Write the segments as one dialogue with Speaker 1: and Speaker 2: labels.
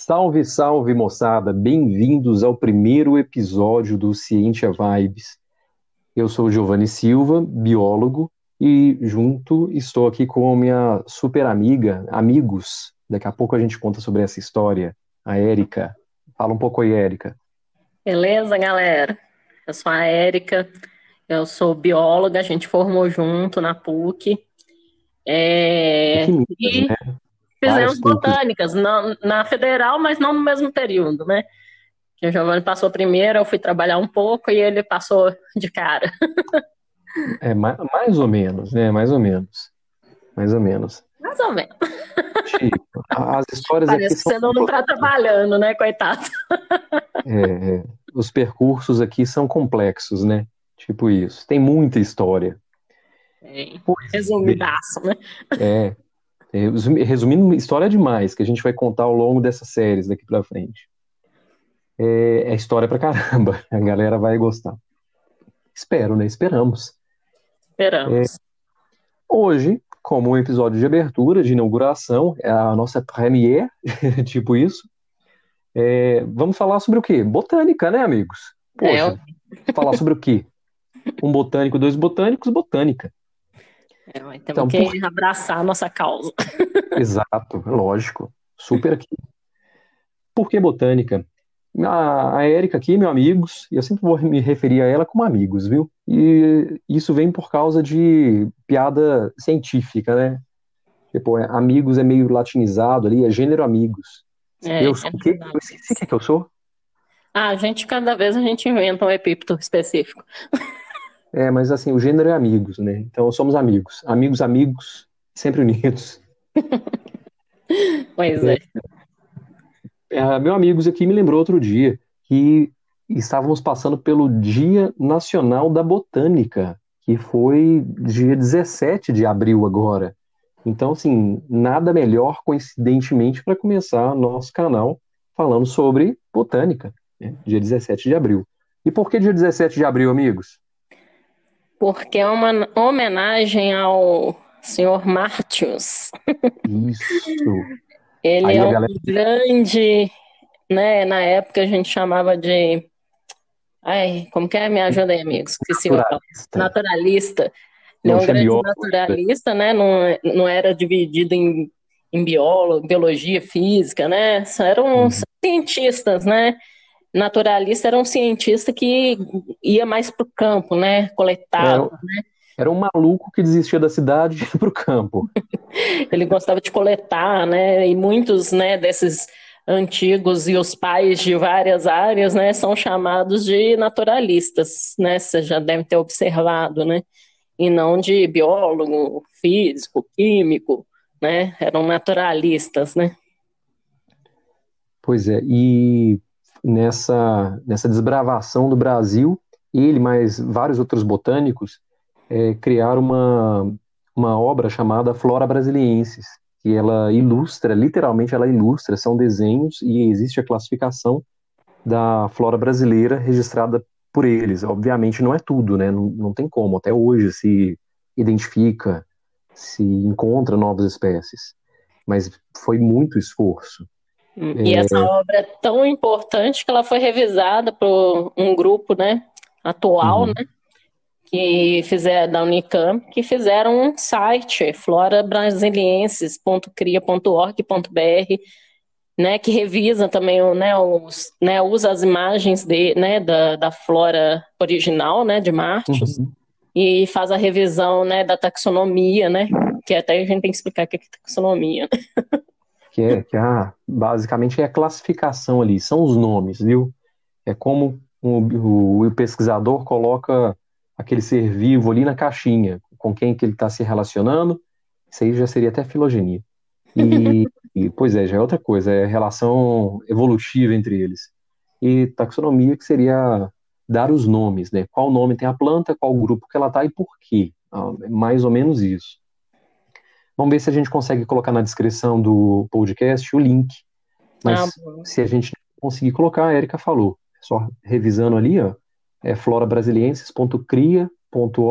Speaker 1: Salve, salve, moçada! Bem-vindos ao primeiro episódio do Ciência Vibes. Eu sou o Giovanni Silva, biólogo, e junto estou aqui com a minha super amiga, amigos. Daqui a pouco a gente conta sobre essa história, a Érica. Fala um pouco aí, Érica.
Speaker 2: Beleza, galera? Eu sou a Érica, eu sou bióloga, a gente formou junto na PUC,
Speaker 1: Aqui em Minas,
Speaker 2: e
Speaker 1: né?
Speaker 2: fizemos
Speaker 1: Vários PUCs.
Speaker 2: botânicas na federal, mas não no mesmo período, né? Que o Giovanni passou primeiro, eu fui trabalhar um pouco e ele passou de cara.
Speaker 1: Mais ou menos, né? Mais ou menos. Mais ou menos.
Speaker 2: Mais ou menos.
Speaker 1: Tipo, as histórias aqui
Speaker 2: Parece que
Speaker 1: são
Speaker 2: você não tá trabalhando, né, coitado?
Speaker 1: os percursos aqui são complexos, né? Tipo isso. Tem muita história.
Speaker 2: É,
Speaker 1: Pois bem,
Speaker 2: resumidaço, né?
Speaker 1: é, resumindo, história demais que a gente vai contar ao longo dessas séries daqui pra frente. É história pra caramba. A galera vai gostar. Espero, né? Esperamos.
Speaker 2: Esperamos.
Speaker 1: Hoje, como um episódio de abertura, de inauguração, é a nossa premiere, tipo isso. Vamos falar sobre o quê? Botânica, né, amigos?
Speaker 2: É,
Speaker 1: Poxa, falar sobre o quê? Um botânico, dois botânicos, botânica.
Speaker 2: temos
Speaker 1: Então,
Speaker 2: que abraçar a nossa causa.
Speaker 1: exato, lógico. Super aqui. Por que botânica? A Érica aqui, meus amigos, e eu sempre vou me referir a ela como amigos, viu? E isso vem por causa de piada científica, né? Tipo, amigos é meio latinizado ali, é gênero amigos. Eu sou
Speaker 2: É
Speaker 1: o quê? Eu
Speaker 2: verdade
Speaker 1: esqueci o
Speaker 2: isso.
Speaker 1: que é que eu sou.
Speaker 2: Cada vez a gente inventa um epíteto específico.
Speaker 1: Mas assim, o gênero é amigos, né? Então somos amigos. Amigos, amigos, sempre unidos.
Speaker 2: Pois é.
Speaker 1: Meu amigos aqui me lembrou outro dia que estávamos passando pelo Dia Nacional da Botânica, que foi dia 17 de abril agora. Então, assim, nada melhor, coincidentemente, para começar nosso canal falando sobre botânica, né? Dia 17 de abril. E por que dia 17 de abril, amigos?
Speaker 2: Porque é uma homenagem ao senhor Martius.
Speaker 1: Isso.
Speaker 2: Ele
Speaker 1: Aí
Speaker 2: é
Speaker 1: a
Speaker 2: um
Speaker 1: galera.
Speaker 2: grande, né? Na época a gente chamava de. Ai, como que é? Me ajuda aí, amigos. Esqueci a palavra.
Speaker 1: Naturalista.
Speaker 2: Naturalista. Ele é
Speaker 1: Não
Speaker 2: um
Speaker 1: tinha
Speaker 2: grande
Speaker 1: biólogo ainda.
Speaker 2: naturalista, né? Não era dividido em biologia, física, né? Só eram
Speaker 1: Uhum.
Speaker 2: cientistas, né? Naturalista era um cientista que ia mais para o campo, né? Coletava.
Speaker 1: Era, era um maluco que desistia da cidade e ia pro campo.
Speaker 2: Ele gostava de coletar, né? E muitos, né, desses antigos e os pais de várias áreas, né, são chamados de naturalistas, né? Você já deve ter observado, né? E não de biólogo, físico, químico, né? Eram naturalistas, né?
Speaker 1: Pois é, e nessa desbravação do Brasil, ele mais vários outros botânicos criaram uma obra chamada Flora Brasiliensis, que ela ilustra, literalmente ela ilustra, são desenhos e existe a classificação da flora brasileira registrada por eles. Obviamente não é tudo, né? Não tem como, até hoje se identifica, se encontra novas espécies, mas foi muito esforço.
Speaker 2: E essa obra é tão importante que ela foi revisada por um grupo, né, atual, né,
Speaker 1: Uhum.
Speaker 2: que fizeram da Unicamp, que fizeram um site, florabrasiliensis.cria.org.br, né, que revisa também, usa as imagens né, da flora original, né, de Martius,
Speaker 1: Uhum.
Speaker 2: e faz a revisão, né, da taxonomia, né, que até a gente tem que explicar o que é taxonomia.
Speaker 1: Basicamente é a classificação ali, são os nomes, viu? É como o pesquisador coloca aquele ser vivo ali na caixinha, com quem que ele está se relacionando, isso aí já seria até filogenia. Pois é, já é outra coisa, é relação evolutiva entre eles. E taxonomia, que seria dar os nomes, né? Qual nome tem a planta, qual grupo que ela está e por quê. É mais ou menos isso. Vamos ver se a gente consegue colocar na descrição do podcast o link.
Speaker 2: Ah,
Speaker 1: Mas se a gente conseguir colocar, a Erika falou. Só revisando ali, ó, é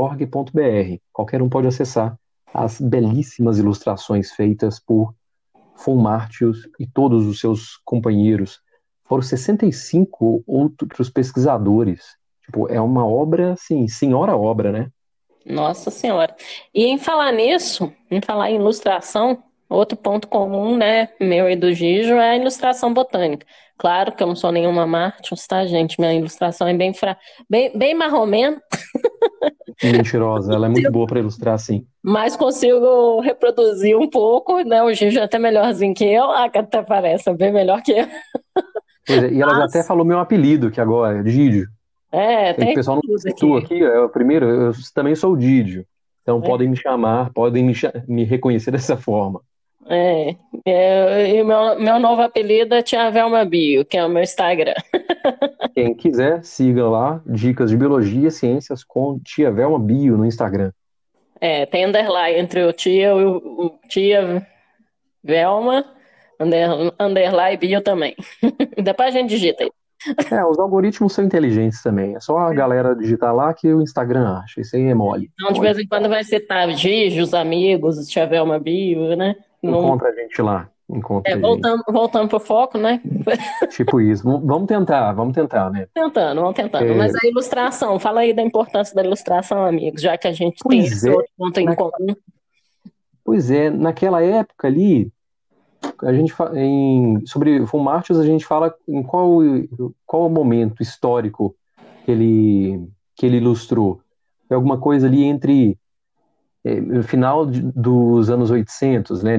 Speaker 1: florabrasiliensis.cria.org.br. Qualquer um pode acessar as belíssimas ilustrações feitas por von Martius e todos os seus companheiros. Foram 65 outros pesquisadores. Tipo, é uma obra, assim, senhora obra, né?
Speaker 2: Nossa Senhora. E em falar nisso, em falar em ilustração, outro ponto comum, né, meu e do Gijo, é a ilustração botânica. Claro que eu não sou nenhuma Martins, tá, gente? Minha ilustração é bem marromeno,
Speaker 1: Mentirosa, ela é muito boa para ilustrar, assim.
Speaker 2: mas consigo reproduzir um pouco, né? O Gijo é até melhorzinho que eu, que até parece, é bem melhor que eu.
Speaker 1: Pois é, e ela já até
Speaker 2: Mas,
Speaker 1: falou meu apelido, que agora é Dídio. O
Speaker 2: tem
Speaker 1: pessoal não
Speaker 2: tudo
Speaker 1: citou
Speaker 2: aqui.
Speaker 1: aqui, é o primeiro, eu também sou o Dídio. Então
Speaker 2: Né?
Speaker 1: podem me chamar, podem me reconhecer dessa forma.
Speaker 2: É, e meu novo apelido é Tia Velma Bio, que é o meu Instagram.
Speaker 1: Quem quiser, siga lá, Dicas de Biologia e Ciências com Tia Velma Bio no Instagram.
Speaker 2: Tem underline entre o tia e o tia Velma, underline bio também. Depois a gente digita aí.
Speaker 1: Os algoritmos são inteligentes também. É só a galera digitar lá que o Instagram acha. Isso aí é mole.
Speaker 2: Então, de
Speaker 1: Mole.
Speaker 2: vez em quando vai citar Gigi, os amigos, tia Velma bio, né? Não,
Speaker 1: Encontra a gente lá. Encontra a gente.
Speaker 2: voltando pro foco, né?
Speaker 1: Tipo isso. Vamos tentar, né?
Speaker 2: Vamos tentando.
Speaker 1: É,
Speaker 2: Mas a ilustração, fala aí da importância da ilustração, amigos, já que a gente tem
Speaker 1: pois
Speaker 2: esse
Speaker 1: é,
Speaker 2: outro ponto em
Speaker 1: na,
Speaker 2: comum.
Speaker 1: pois é, naquela época ali, a gente sobre Von Martius, a gente fala em qual o momento histórico que ele ilustrou. É alguma coisa ali entre no final dos anos 800, né,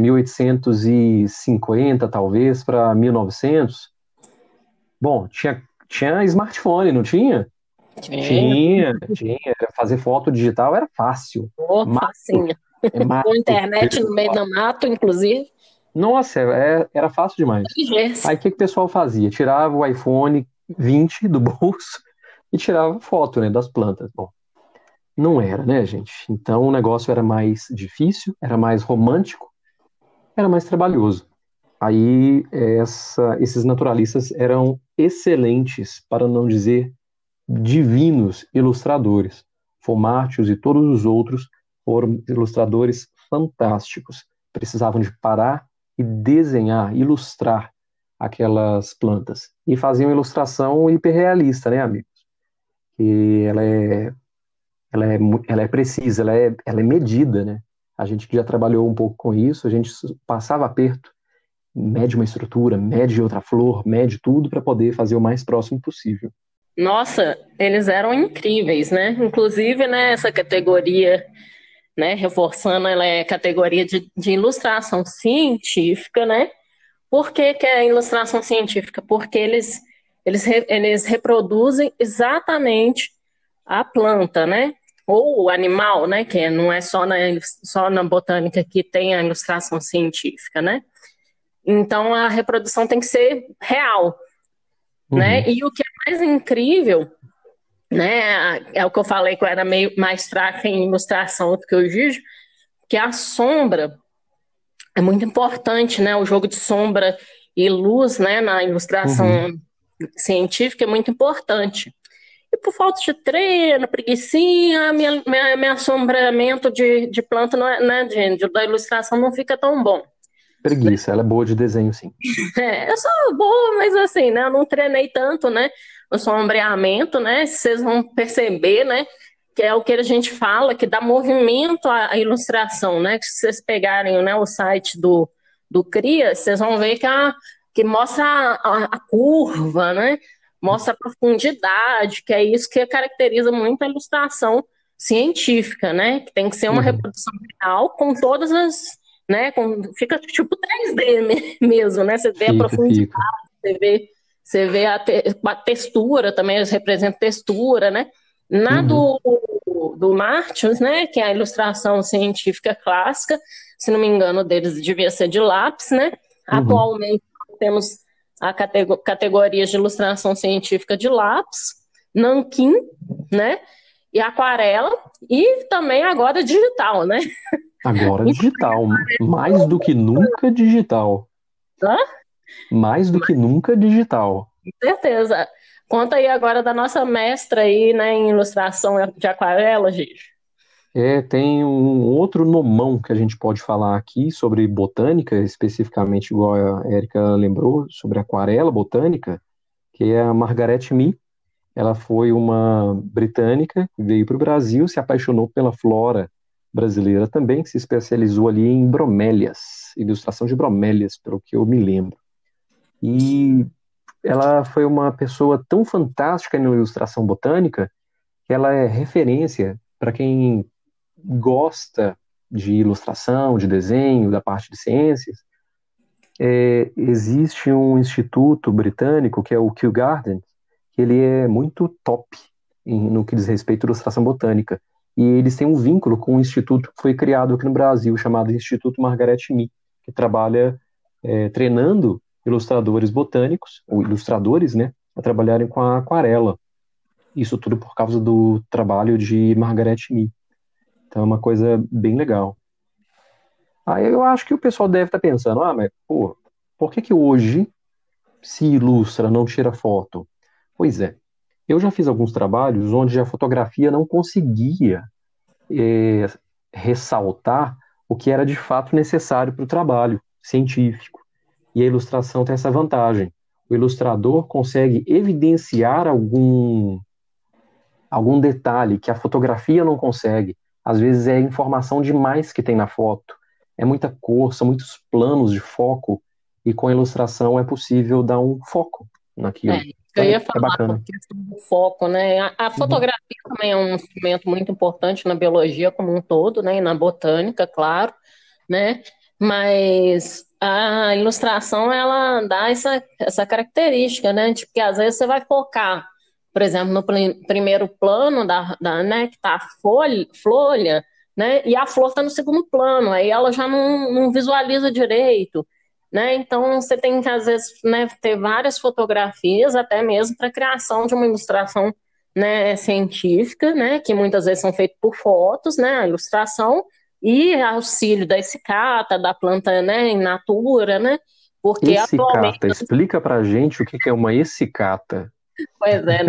Speaker 1: 1850 talvez, para 1900. Bom, tinha smartphone, não tinha?
Speaker 2: Tinha,
Speaker 1: Tinha. Fazer foto digital era fácil. Mato,
Speaker 2: facinha.
Speaker 1: é
Speaker 2: Com
Speaker 1: mato.
Speaker 2: internet no meio do mato, inclusive.
Speaker 1: Nossa, era fácil demais.
Speaker 2: Ligeiro.
Speaker 1: Aí o que o pessoal fazia? Tirava o iPhone 20 do bolso e tirava foto, né, das plantas. Bom, não era, né, gente? Então o negócio era mais difícil, era mais romântico, era mais trabalhoso. Aí esses naturalistas eram excelentes, para não dizer divinos ilustradores. Fomartius e todos os outros foram ilustradores fantásticos. Precisavam de parar e desenhar, ilustrar aquelas plantas. E faziam ilustração hiperrealista, né, amigos? E ela é precisa, ela é medida, né? A gente que já trabalhou um pouco com isso, a gente passava aperto, mede uma estrutura, mede outra flor, mede tudo para poder fazer o mais próximo possível.
Speaker 2: Nossa, eles eram incríveis, né? Inclusive, né, essa categoria, né, reforçando, ela é categoria de ilustração científica, né? Por que que é ilustração científica? Porque eles reproduzem exatamente a planta, né? Ou o animal, né? Que não é só na botânica que tem a ilustração científica, né? Então a reprodução tem que ser real, né?
Speaker 1: Uhum,
Speaker 2: E o que é mais incrível, né? É o que eu falei que eu era meio mais fraca em ilustração do que o Gijo, que a sombra é muito importante, né? O jogo de sombra e luz, né? Na ilustração
Speaker 1: uhum.
Speaker 2: científica é muito importante. E por falta de treino, preguicinha, meu assombramento de planta não é, né, da ilustração não fica tão bom.
Speaker 1: Preguiça, ela é boa de desenho, sim.
Speaker 2: Eu sou boa, mas assim, né? Eu não treinei tanto, né? O sombreamento, né? Vocês vão perceber, né? Que é o que a gente fala, que dá movimento à ilustração, né? Que se vocês pegarem, né, o site do CRIA, vocês vão ver que mostra a curva, né? Mostra a profundidade, que é isso que caracteriza muito a ilustração científica, né? Que tem que ser uma
Speaker 1: Uhum.
Speaker 2: reprodução real com todas as, né? Fica tipo 3D mesmo, né? Você vê a profundidade,
Speaker 1: Fica.
Speaker 2: você vê a textura também, eles representam textura, né? Na
Speaker 1: Uhum,
Speaker 2: do Martins, né? Que é a ilustração científica clássica, se não me engano, deles devia ser de lápis, né?
Speaker 1: uhum.
Speaker 2: Atualmente temos a categoria de ilustração científica de lápis, nanquim, né? E aquarela, e também agora digital, né?
Speaker 1: Agora digital, mais do que nunca digital.
Speaker 2: Hã?
Speaker 1: Mais do que nunca digital.
Speaker 2: Com certeza. Conta aí agora da nossa mestra aí, né, em ilustração de aquarela, Gigi.
Speaker 1: Tem um outro nomão que a gente pode falar aqui sobre botânica, especificamente igual a Érica lembrou, sobre aquarela botânica, que é a Margaret Mee. Ela foi uma britânica que veio para o Brasil, se apaixonou pela flora brasileira também, que se especializou ali em bromélias, ilustração de bromélias, pelo que eu me lembro. E ela foi uma pessoa tão fantástica na ilustração botânica que ela é referência para quem gosta de ilustração, de desenho, da parte de ciências. Existe um instituto britânico que é o Kew Gardens, que ele é muito top no que diz respeito à ilustração botânica. E eles têm um vínculo com um instituto que foi criado aqui no Brasil, chamado Instituto Margaret Mee, que trabalha treinando ilustradores botânicos, ou ilustradores, né, a trabalharem com a aquarela. Isso tudo por causa do trabalho de Margaret Mee. Então é uma coisa bem legal. Aí eu acho que o pessoal deve estar pensando, mas pô, por que que hoje se ilustra, não tira foto? Pois é, eu já fiz alguns trabalhos onde a fotografia não conseguia é, ressaltar o que era de fato necessário para o trabalho científico. E a ilustração tem essa vantagem. O ilustrador consegue evidenciar algum detalhe que a fotografia não consegue. Às vezes é informação demais que tem na foto. É muita cor, são muitos planos de foco, e com a ilustração é possível dar um foco naquilo.
Speaker 2: Eu
Speaker 1: Então
Speaker 2: ia
Speaker 1: é
Speaker 2: falar a
Speaker 1: bacana.
Speaker 2: questão do foco, né? A
Speaker 1: Uhum.
Speaker 2: fotografia também é um instrumento muito importante na biologia como um todo, né? E na botânica, claro, né? Mas a ilustração, ela dá essa característica, né? De que às vezes você vai focar, por exemplo, no primeiro plano né? Que tá a folha, né? E a flor está no segundo plano, aí ela já não visualiza direito, né? Então você tem que às vezes, né, ter várias fotografias até mesmo para a criação de uma ilustração, né, científica, né, que muitas vezes são feitas por fotos, né, a ilustração e auxílio da escata, da planta, né, in natura, né? Porque atualmente,
Speaker 1: Essicata, explica pra gente o que que é uma essicata.
Speaker 2: pois é, né?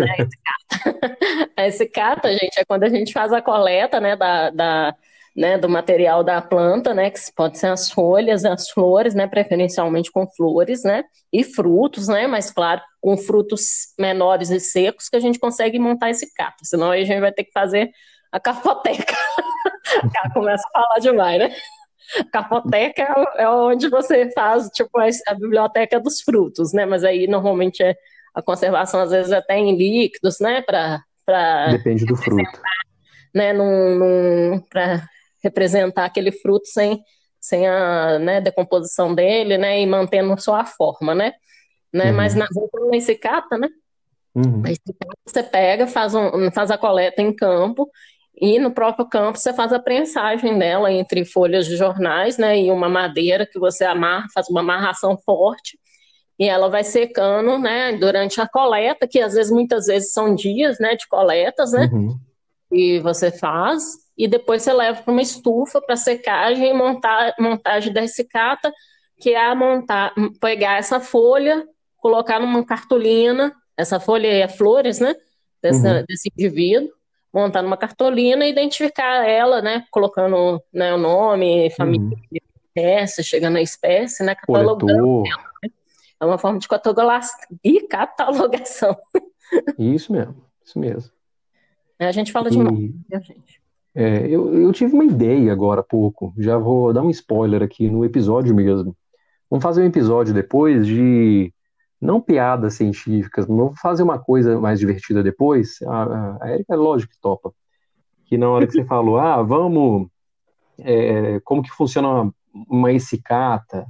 Speaker 2: A escata, gente, é quando a gente faz a coleta, né, né, do material da planta, né, que pode ser as folhas, as flores, né, preferencialmente com flores, né, e frutos, né, mas claro, com frutos menores e secos que a gente consegue montar esse cata, senão aí a gente vai ter que fazer a cafoteca. O cara começa a falar demais, né? A cafoteca é onde você faz, tipo, a biblioteca dos frutos, né, mas aí normalmente a conservação às vezes até em líquidos, né, para
Speaker 1: Depende do fruto.
Speaker 2: né, para representar aquele fruto sem a, né, decomposição dele, né, e mantendo só a forma, né, mas
Speaker 1: Uhum.
Speaker 2: voltando na cicata, né, a
Speaker 1: Uhum.
Speaker 2: cicata você pega, faz a coleta em campo, e no próprio campo você faz a prensagem dela entre folhas de jornais, né, e uma madeira que você amarra, faz uma amarração forte, e ela vai secando, né, durante a coleta, que às vezes, muitas vezes são dias, né, de coletas, né,
Speaker 1: Uhum.
Speaker 2: e você faz, e depois você leva para uma estufa para secagem e montagem da cicata, que é pegar essa folha, colocar numa cartolina, essa folha é flores, né,
Speaker 1: Uhum.
Speaker 2: desse indivíduo, montar numa cartolina e identificar ela, né, colocando, né, o nome, família,
Speaker 1: Uhum.
Speaker 2: espécie, chegando na espécie, né, catalogando.
Speaker 1: Coletor.
Speaker 2: É uma forma de catalogação.
Speaker 1: Isso mesmo. Isso mesmo.
Speaker 2: A gente fala demais,
Speaker 1: E
Speaker 2: né, gente?
Speaker 1: eu tive uma ideia agora há pouco. Já vou dar um spoiler aqui no episódio mesmo. Vamos fazer um episódio depois de, não piadas científicas, mas vamos fazer uma coisa mais divertida depois. A Erika, é lógico que topa. Que na hora que você falou, vamos, como que funciona uma essicata?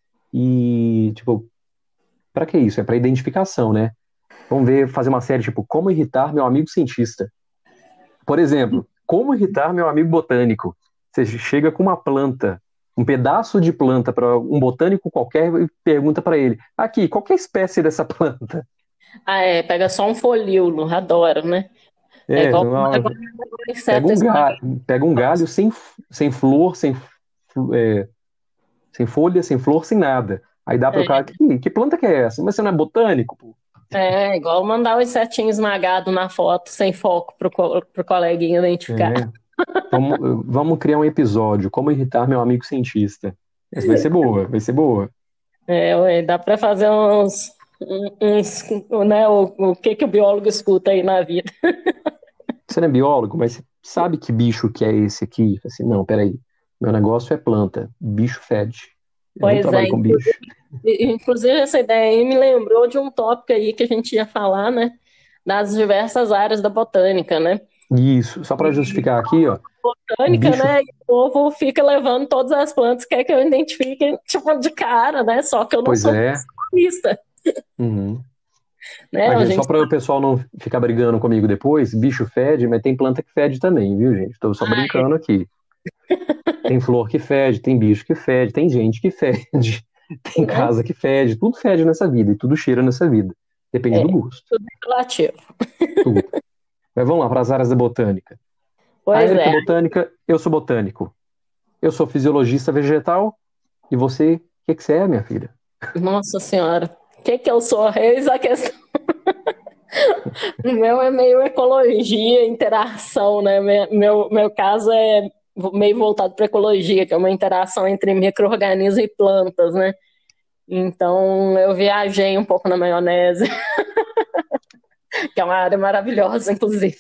Speaker 1: E, tipo, para que isso? É para identificação, né? Vamos ver, fazer uma série tipo Como Irritar Meu Amigo Cientista. Por exemplo, como irritar meu amigo botânico? Você chega com uma planta, um pedaço de planta para um botânico qualquer e pergunta para ele: aqui, qual que é a espécie dessa planta?
Speaker 2: Pega só um folíolo, adoro, né? É
Speaker 1: É,
Speaker 2: igual
Speaker 1: uma-
Speaker 2: inseto
Speaker 1: pega um galho sem flor, é, sem folha, sem flor, sem nada. Aí dá para o
Speaker 2: é,
Speaker 1: cara: que planta que é essa? Mas você não é botânico, pô?
Speaker 2: igual mandar o insetinho esmagado na foto sem foco pro coleguinha identificar.
Speaker 1: Vamos criar um episódio, como irritar meu amigo cientista. Essa vai ser boa, vai ser boa.
Speaker 2: Ué, dá para fazer né, o que o biólogo escuta aí na vida.
Speaker 1: Você não é biólogo, mas você sabe que bicho que é esse aqui? Assim, não, peraí. Meu negócio é planta. Bicho fede. Eu não
Speaker 2: Pois
Speaker 1: trabalho
Speaker 2: é,
Speaker 1: com bicho.
Speaker 2: inclusive essa ideia aí me lembrou de um tópico aí que a gente ia falar, né, das diversas áreas da botânica, né?
Speaker 1: Isso, só para justificar aqui, ó.
Speaker 2: Botânica,
Speaker 1: Bicho,
Speaker 2: né? E o povo fica levando todas as plantas, quer que eu identifique, tipo, de cara, né? Só que eu não
Speaker 1: pois
Speaker 2: sou
Speaker 1: é.
Speaker 2: biologista,
Speaker 1: Uhum.
Speaker 2: né?
Speaker 1: Mas,
Speaker 2: A
Speaker 1: gente, só
Speaker 2: gente
Speaker 1: para o pessoal não ficar brigando comigo depois, bicho fede, mas tem planta que fede também, viu, gente? Estou só brincando aqui. Tem flor que fede, tem bicho que fede, tem gente que fede, tem
Speaker 2: né?
Speaker 1: casa que fede, tudo fede nessa vida e tudo cheira nessa vida. Depende
Speaker 2: É,
Speaker 1: do gosto,
Speaker 2: tudo relativo.
Speaker 1: tudo. Mas vamos lá para as áreas da botânica. A
Speaker 2: Pois
Speaker 1: Érica é
Speaker 2: é.
Speaker 1: botânica, eu sou botânico. Eu sou fisiologista vegetal e você, o que que você é, minha filha?
Speaker 2: Nossa Senhora. O que eu sou? Eis a questão. O meu é meio ecologia, interação, né? Meu caso é meio voltado para ecologia, que é uma interação entre micro-organismos e plantas, né? Então eu viajei um pouco na maionese, que é uma área maravilhosa, inclusive.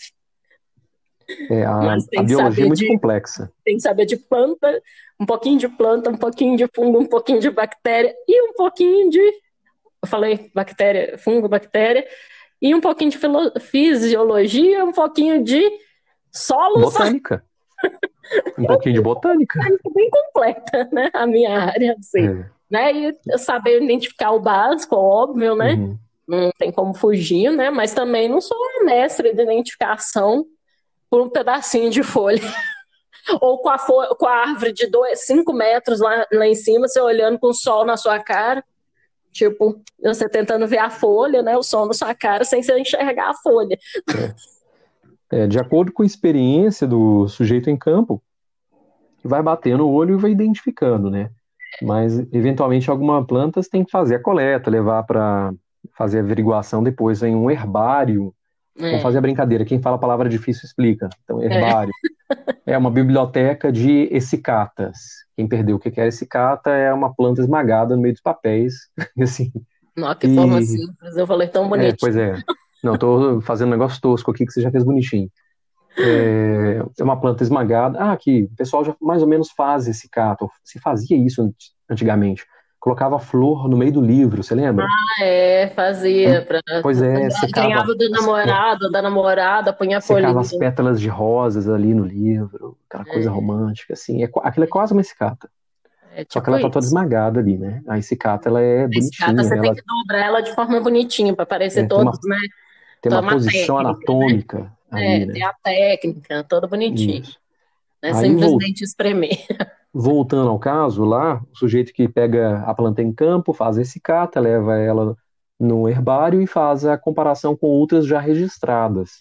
Speaker 1: É, a,
Speaker 2: Mas
Speaker 1: a biologia é muito complexa.
Speaker 2: tem que saber de planta, um pouquinho de fungo, um pouquinho de bactéria e um pouquinho de. Eu falei bactéria, fungo, bactéria, e um pouquinho de fisiologia, um pouquinho de solos,
Speaker 1: Botânica, um pouquinho de botânica.
Speaker 2: bem completa, né? A minha área, assim.
Speaker 1: É.
Speaker 2: Né? E saber identificar o básico, óbvio, né?
Speaker 1: Uhum.
Speaker 2: Não tem como fugir, né? Mas também não sou uma mestre de identificação por um pedacinho de folha. Ou com a árvore de 5 metros lá em cima, você olhando com o sol na sua cara. Tipo, você tentando ver a folha, né? O sol na sua cara sem você enxergar a folha.
Speaker 1: É. De acordo com a experiência do sujeito em campo, vai batendo o olho e vai identificando, né? Mas, eventualmente, algumas plantas tem que fazer a coleta, levar para fazer a averiguação depois em um herbário. Vamos
Speaker 2: É,
Speaker 1: fazer a brincadeira. Quem fala a palavra difícil explica. Então,
Speaker 2: é.
Speaker 1: herbário. É uma biblioteca de essicatas. Quem perdeu o que é essicata é uma planta esmagada no meio dos papéis. Assim.
Speaker 2: Nossa, que forma
Speaker 1: E,
Speaker 2: simples. Eu falei tão bonitinho.
Speaker 1: pois é. Não, tô fazendo um negócio tosco aqui que você já fez bonitinho. É uma planta esmagada. Ah, aqui, o pessoal já mais ou menos faz esse cato. Se fazia isso antigamente. Colocava flor no meio do livro, você lembra?
Speaker 2: Fazia.
Speaker 1: Pois é, secava
Speaker 2: Ganhava do namorado, da namorada, punha a
Speaker 1: secava as
Speaker 2: folhinha.
Speaker 1: pétalas de rosas ali no livro, aquela coisa
Speaker 2: É,
Speaker 1: romântica, assim. Aquilo é quase uma cicata.
Speaker 2: é
Speaker 1: Só que
Speaker 2: tipo
Speaker 1: ela tá toda
Speaker 2: isso.
Speaker 1: esmagada ali, né? A cicata, ela é
Speaker 2: A escada
Speaker 1: bonitinha,
Speaker 2: você tem
Speaker 1: ela
Speaker 2: que dobrar ela de forma bonitinha para parecer
Speaker 1: tem
Speaker 2: todos, né?
Speaker 1: tem
Speaker 2: Toda
Speaker 1: uma
Speaker 2: uma
Speaker 1: posição
Speaker 2: técnica, né?
Speaker 1: anatômica ali,
Speaker 2: Tem
Speaker 1: né?
Speaker 2: a técnica, toda bonitinha.
Speaker 1: Isso.
Speaker 2: Não é
Speaker 1: Aí,
Speaker 2: simplesmente espremer.
Speaker 1: voltando ao caso lá, o sujeito que pega a planta em campo, faz esse cata, leva ela no herbário e faz a comparação com outras já registradas.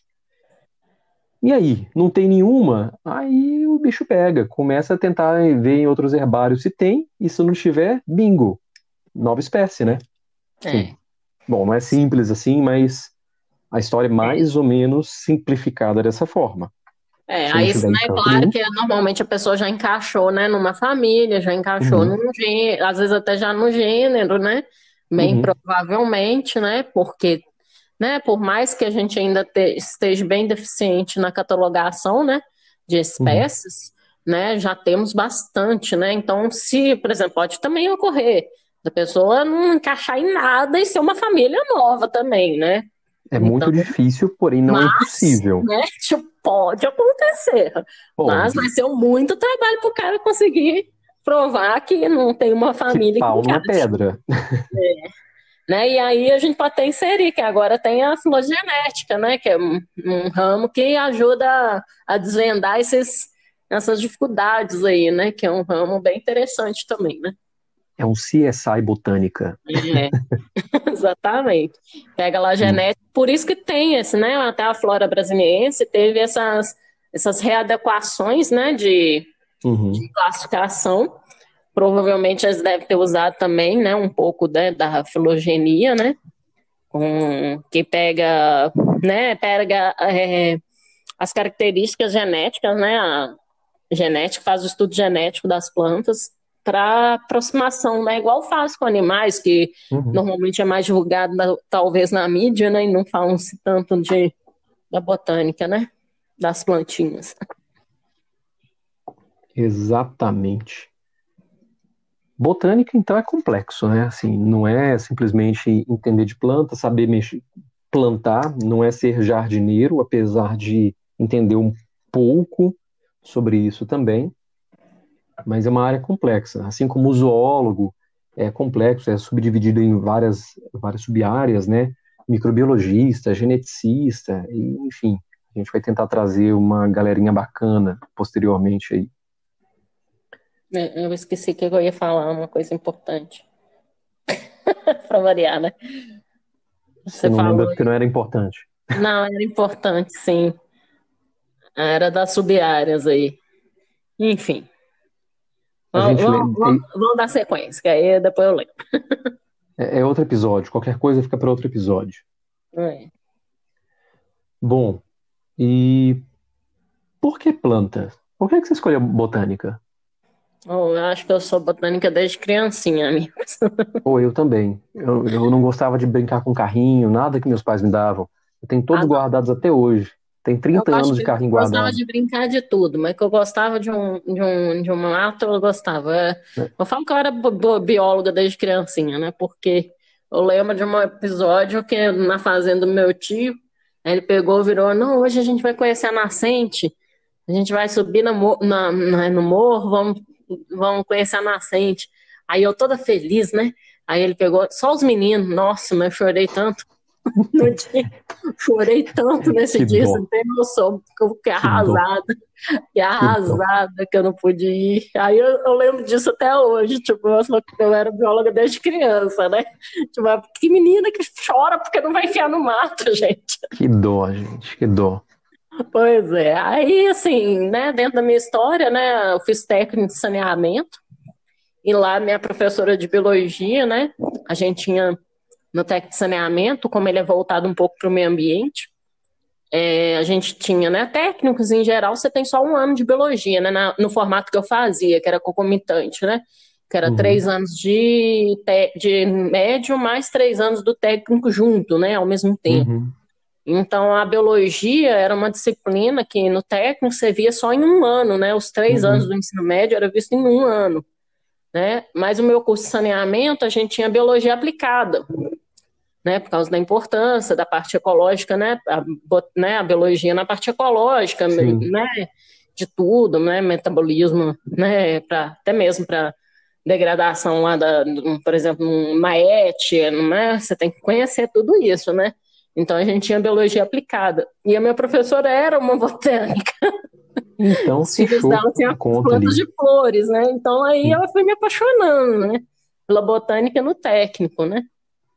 Speaker 1: E aí, não tem nenhuma? Aí o bicho pega, começa a tentar ver em outros herbários se tem, e se não tiver, bingo, nova espécie, né? Sim.
Speaker 2: É.
Speaker 1: Bom, não é simples assim, mas a história é mais ou menos simplificada dessa forma. Se não
Speaker 2: Aí,
Speaker 1: tiver em
Speaker 2: né,
Speaker 1: campo
Speaker 2: claro
Speaker 1: nenhum,
Speaker 2: que normalmente a pessoa já encaixou, né, numa família, já encaixou
Speaker 1: uhum,
Speaker 2: num gênero, às vezes até já no gênero, né, bem
Speaker 1: uhum,
Speaker 2: provavelmente, né, porque, né, por mais que a gente ainda esteja bem deficiente na catalogação, né, de
Speaker 1: uhum.
Speaker 2: espécies, né, já temos bastante, né, então se, por exemplo, pode também ocorrer da pessoa não encaixar em nada e ser uma família nova também, né,
Speaker 1: É
Speaker 2: então
Speaker 1: muito difícil, porém não é
Speaker 2: mas,
Speaker 1: impossível.
Speaker 2: né, tipo, pode acontecer. Mas vai
Speaker 1: Pode.
Speaker 2: ser muito trabalho para o cara conseguir provar que não tem uma
Speaker 1: Que
Speaker 2: família que
Speaker 1: pau numa
Speaker 2: encaixa.
Speaker 1: pedra.
Speaker 2: Né? E aí a gente pode até inserir, que agora tem a filogenética, né? Que é um ramo que ajuda a desvendar essas dificuldades aí, né? Que é um ramo bem interessante também, né?
Speaker 1: É um CSI botânica.
Speaker 2: É, exatamente. Pega lá a
Speaker 1: Hum,
Speaker 2: genética, por isso que tem esse, né? Até a flora brasiliense teve essas readequações, né? De
Speaker 1: uhum,
Speaker 2: classificação. Provavelmente eles devem ter usado também, né? Um pouco, né, da filogenia, né? Que pega, né? Pega as características genéticas, né? A genética faz o estudo genético das plantas para aproximação, né? Igual faz com animais, que
Speaker 1: Uhum.
Speaker 2: normalmente é mais divulgado talvez na mídia, né? E não falam-se tanto da botânica, né? Das plantinhas.
Speaker 1: Exatamente. Botânica, então, é complexo, né? Assim, não é simplesmente entender de planta, saber mexer, plantar, não é ser jardineiro, apesar de entender um pouco sobre isso também, mas é uma área complexa. Assim como o zoólogo é complexo, é subdividido em várias sub-áreas, né? Microbiologista, geneticista, e, enfim, a gente vai tentar trazer uma galerinha bacana posteriormente aí.
Speaker 2: Eu esqueci que eu ia falar uma coisa importante para variar, né?
Speaker 1: Você
Speaker 2: Você
Speaker 1: não lembra
Speaker 2: falou.
Speaker 1: porque não era importante.
Speaker 2: Não, era importante, sim. Era das sub-áreas aí. Enfim,
Speaker 1: A gente lembra,
Speaker 2: vamos dar sequência, que aí depois eu lembro.
Speaker 1: é outro episódio, qualquer coisa fica para outro episódio.
Speaker 2: É.
Speaker 1: Bom, e por que planta? Por que você escolheu botânica?
Speaker 2: Eu acho que eu sou botânica desde criancinha, amigo.
Speaker 1: Ou eu também. Eu não gostava de brincar com carrinho, nada que meus pais me davam. Eu tenho todos
Speaker 2: Ah, não.
Speaker 1: guardados até hoje. Tem 30 anos de
Speaker 2: Eu
Speaker 1: carrinho
Speaker 2: gostava
Speaker 1: guardado,
Speaker 2: de brincar de tudo, mas que eu gostava de um mato, eu gostava.
Speaker 1: né?
Speaker 2: Eu falo que eu era bióloga desde criancinha, né? Porque eu lembro de um episódio que na fazenda do meu tio, aí ele pegou, virou, não, hoje a gente vai conhecer a nascente, a gente vai subir no morro, vamos conhecer a nascente. Aí eu toda feliz, né? Aí ele pegou, só os meninos, nossa, mas eu chorei tanto no dia. Chorei tanto nesse
Speaker 1: Que
Speaker 2: dia, você não
Speaker 1: dó,
Speaker 2: tem noção, porque eu
Speaker 1: que dó,
Speaker 2: fiquei
Speaker 1: que dó.
Speaker 2: arrasada que eu não pude ir. Aí eu lembro disso até hoje, tipo, eu era bióloga desde criança, né? Tipo, que menina que chora porque não vai enfiar no mato, gente.
Speaker 1: Que dó, gente, que dó.
Speaker 2: Pois é, aí assim, né, dentro da minha história, né, eu fiz técnico de saneamento, e lá minha professora de biologia, né, a gente tinha no técnico de saneamento, como ele é voltado um pouco para o meio ambiente, a gente tinha, né, técnicos em geral, você tem só um ano de biologia, né, no formato que eu fazia, que era concomitante, né, que era
Speaker 1: Uhum,
Speaker 2: 3 anos de médio mais 3 anos do técnico junto, né, ao mesmo tempo.
Speaker 1: uhum,
Speaker 2: Então, a biologia era uma disciplina que no técnico você via só em um ano, né, os 3 anos do
Speaker 1: uhum,
Speaker 2: ensino médio era visto em um ano, né, mas o meu curso de saneamento, a gente tinha biologia aplicada, né, por causa da importância da parte ecológica, né, a biologia na parte ecológica,
Speaker 1: sim.
Speaker 2: né, de tudo, né, metabolismo, né, até mesmo para degradação lá por exemplo, uma ET, né, você tem que conhecer tudo isso, né. Então a gente tinha biologia aplicada. E a minha professora era uma botânica.
Speaker 1: Então
Speaker 2: Os filhos
Speaker 1: fechou
Speaker 2: dela tinham
Speaker 1: a conta
Speaker 2: plantas
Speaker 1: ali.
Speaker 2: de flores, né? Então aí
Speaker 1: Sim.
Speaker 2: eu fui me apaixonando, né, pela botânica no técnico, né.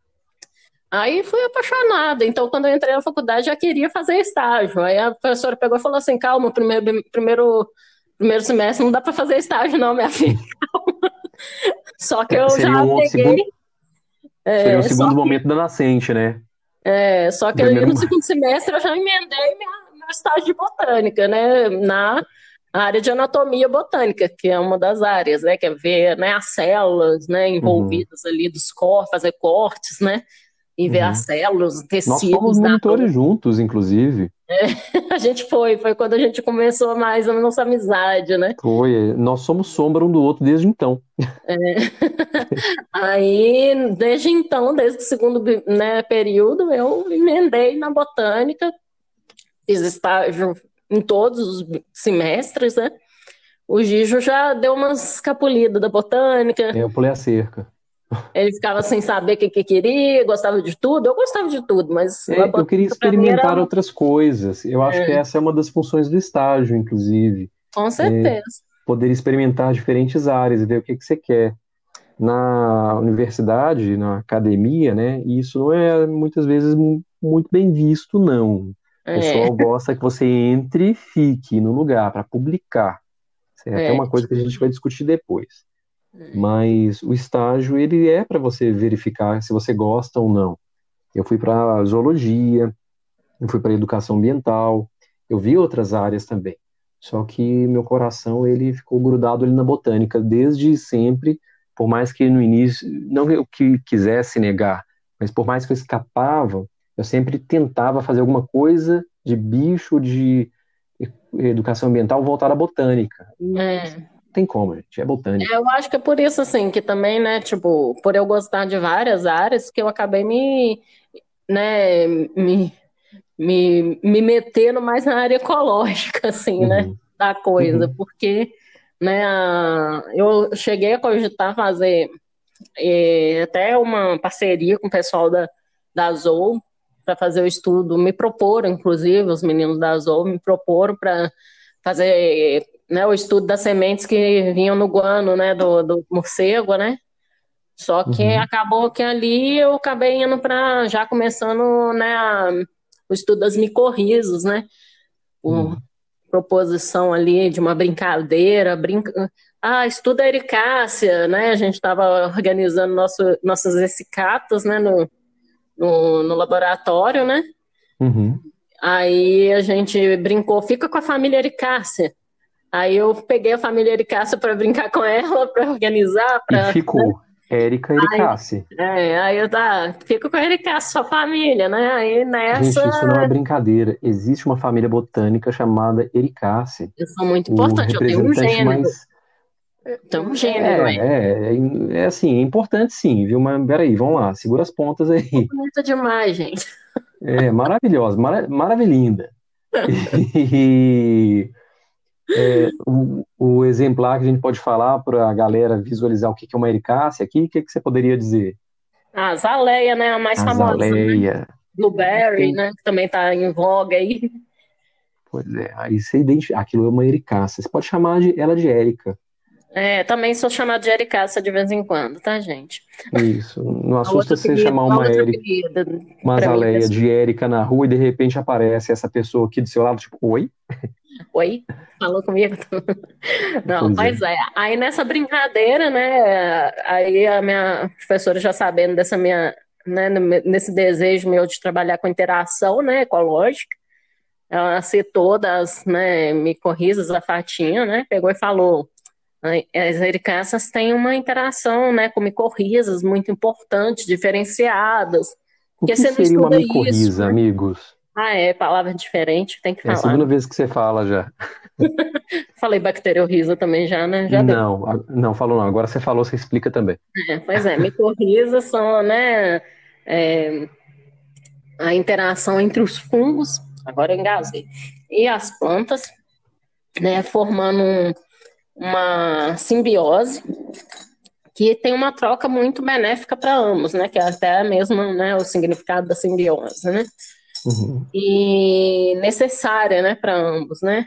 Speaker 2: Aí fui apaixonada. Então, quando eu entrei na faculdade, já queria fazer estágio. Aí a professora pegou e falou assim: calma, primeiro semestre não dá para fazer estágio, não, minha filha. Só que eu já
Speaker 1: Seria um outro
Speaker 2: peguei.
Speaker 1: segundo, seria um
Speaker 2: É, só,
Speaker 1: segundo momento da nascente, né?
Speaker 2: só
Speaker 1: O
Speaker 2: que aí
Speaker 1: primeiro,
Speaker 2: no segundo semestre eu já emendei meu estágio de botânica, né? Na área de anatomia botânica, que é uma das áreas, né? Que é ver, né, as células, né,
Speaker 1: uhum,
Speaker 2: envolvidas ali dos corpos, fazer cortes, né? E ver as
Speaker 1: uhum.
Speaker 2: células, os
Speaker 1: Nós fomos
Speaker 2: tecidos da
Speaker 1: monitores
Speaker 2: planta.
Speaker 1: juntos, inclusive.
Speaker 2: A gente foi quando a gente começou mais a nossa amizade, né?
Speaker 1: Foi, nós somos sombra um do outro desde então.
Speaker 2: Aí, desde então, desde o segundo, né, período, eu emendei na botânica, fiz estágio em todos os semestres, né? O Gijo já deu umas escapulidas da botânica,
Speaker 1: Eu pulei a cerca.
Speaker 2: ele ficava sem saber o que queria, gostava de tudo, eu gostava de tudo, mas a
Speaker 1: Eu queria
Speaker 2: botânica para mim era,
Speaker 1: experimentar outras coisas. Eu acho que essa é uma das funções do estágio, inclusive.
Speaker 2: com certeza.
Speaker 1: Poder experimentar diferentes áreas e ver o que que você quer. Na universidade, na academia, né? Isso não é muitas vezes muito bem visto, não. O
Speaker 2: É,
Speaker 1: pessoal gosta que você entre e fique no lugar para publicar. Isso é até uma coisa que a
Speaker 2: tipo,
Speaker 1: gente vai discutir depois. Mas o estágio, ele é para você verificar se você gosta ou não. Eu fui para zoologia, eu fui para educação ambiental, Eu vi outras áreas também. Só que meu coração, ele ficou grudado ali na botânica desde sempre, por mais que no início, não eu que quisesse negar, mas por mais que eu escapava, eu sempre tentava fazer alguma coisa de bicho, de educação ambiental voltada à botânica. E não
Speaker 2: É.
Speaker 1: tem como, gente, é botânica.
Speaker 2: Eu acho que é por isso, assim, que também, né, tipo, por eu gostar de várias áreas, que eu acabei né, me metendo mais na área ecológica, assim, né,
Speaker 1: Uhum,
Speaker 2: da coisa,
Speaker 1: uhum,
Speaker 2: porque, né, eu cheguei a cogitar fazer até uma parceria com o pessoal da Zoe para fazer o estudo, me proporam, inclusive, os meninos da Zoe me proporam para fazer, né, o estudo das sementes que vinham no guano, né, do morcego, né? Só que
Speaker 1: uhum,
Speaker 2: acabou que ali eu acabei indo para já começando, né, o estudo das micorrizas, né? Por
Speaker 1: uhum.
Speaker 2: proposição ali de uma brincadeira, estuda a ericácea, né? A gente estava organizando nossas essicatas, né, no laboratório, né?
Speaker 1: Uhum.
Speaker 2: Aí a gente brincou, fica com a família ericácea. Aí eu peguei a família ericácea para brincar com ela, para organizar,
Speaker 1: E
Speaker 2: para
Speaker 1: ficou Érica
Speaker 2: aí,
Speaker 1: Ericassi.
Speaker 2: aí eu fico com a ericácia, sua família, né? Aí nessa
Speaker 1: Gente, isso não é brincadeira. Existe uma família botânica chamada Ericassi.
Speaker 2: eu sou muito
Speaker 1: O
Speaker 2: importante, eu
Speaker 1: representante mais.
Speaker 2: tenho um gênero,
Speaker 1: É,
Speaker 2: é.
Speaker 1: é assim, é importante sim, viu? Mas peraí, vamos lá, segura as pontas aí.
Speaker 2: Bonita demais, gente.
Speaker 1: É maravilhosa, maravilhinda. E o exemplar que a gente pode falar para a galera visualizar o que que é uma ericácea aqui, o que que você poderia dizer?
Speaker 2: A azaleia, né? A mais famosa, né?
Speaker 1: Azaleia.
Speaker 2: Blueberry,
Speaker 1: Tem,
Speaker 2: né? Que também tá em voga aí.
Speaker 1: pois é, aí você identifica, aquilo é uma ericácea. Você pode chamar ela de Érica.
Speaker 2: É, também sou chamada de ericácia de vez em quando, tá, gente?
Speaker 1: Isso. Não
Speaker 2: A outro
Speaker 1: assusta você
Speaker 2: apelido,
Speaker 1: chamar
Speaker 2: a
Speaker 1: uma
Speaker 2: outro
Speaker 1: Érica,
Speaker 2: apelido
Speaker 1: uma
Speaker 2: pra mim,
Speaker 1: azaleia
Speaker 2: pessoal.
Speaker 1: de Érica na rua e de repente aparece essa pessoa aqui do seu lado, tipo, oi?
Speaker 2: Oi? Falou comigo? Não,
Speaker 1: Pois
Speaker 2: mas
Speaker 1: é.
Speaker 2: é. Aí nessa brincadeira, né? Aí a minha professora já sabendo dessa minha, né? Nesse desejo meu de trabalhar com interação, né? Ecológica, ela citou das, né? Micorrizas, a Fatinha, né? Pegou e falou. As ericáceas têm uma interação, né, com micorrizas muito importantes, diferenciadas,
Speaker 1: O
Speaker 2: porque
Speaker 1: que
Speaker 2: você não
Speaker 1: seria uma
Speaker 2: estuda isso,
Speaker 1: micorriza,
Speaker 2: né?
Speaker 1: amigos?
Speaker 2: Ah, é, palavra diferente, tem que
Speaker 1: É a
Speaker 2: falar,
Speaker 1: segunda
Speaker 2: né?
Speaker 1: vez que você fala já.
Speaker 2: Falei bacteriorriza também já, né? Já deu.
Speaker 1: Não, não, falou não. Agora você falou, você explica também.
Speaker 2: Pois é, micorrizas são, né, é, a interação entre os fungos, agora eu engasguei, e as plantas, né, formando uma simbiose que tem uma troca muito benéfica para ambos, né? Que é até mesmo, né, o significado da simbiose, né?
Speaker 1: Uhum.
Speaker 2: E necessária, né, para ambos, né?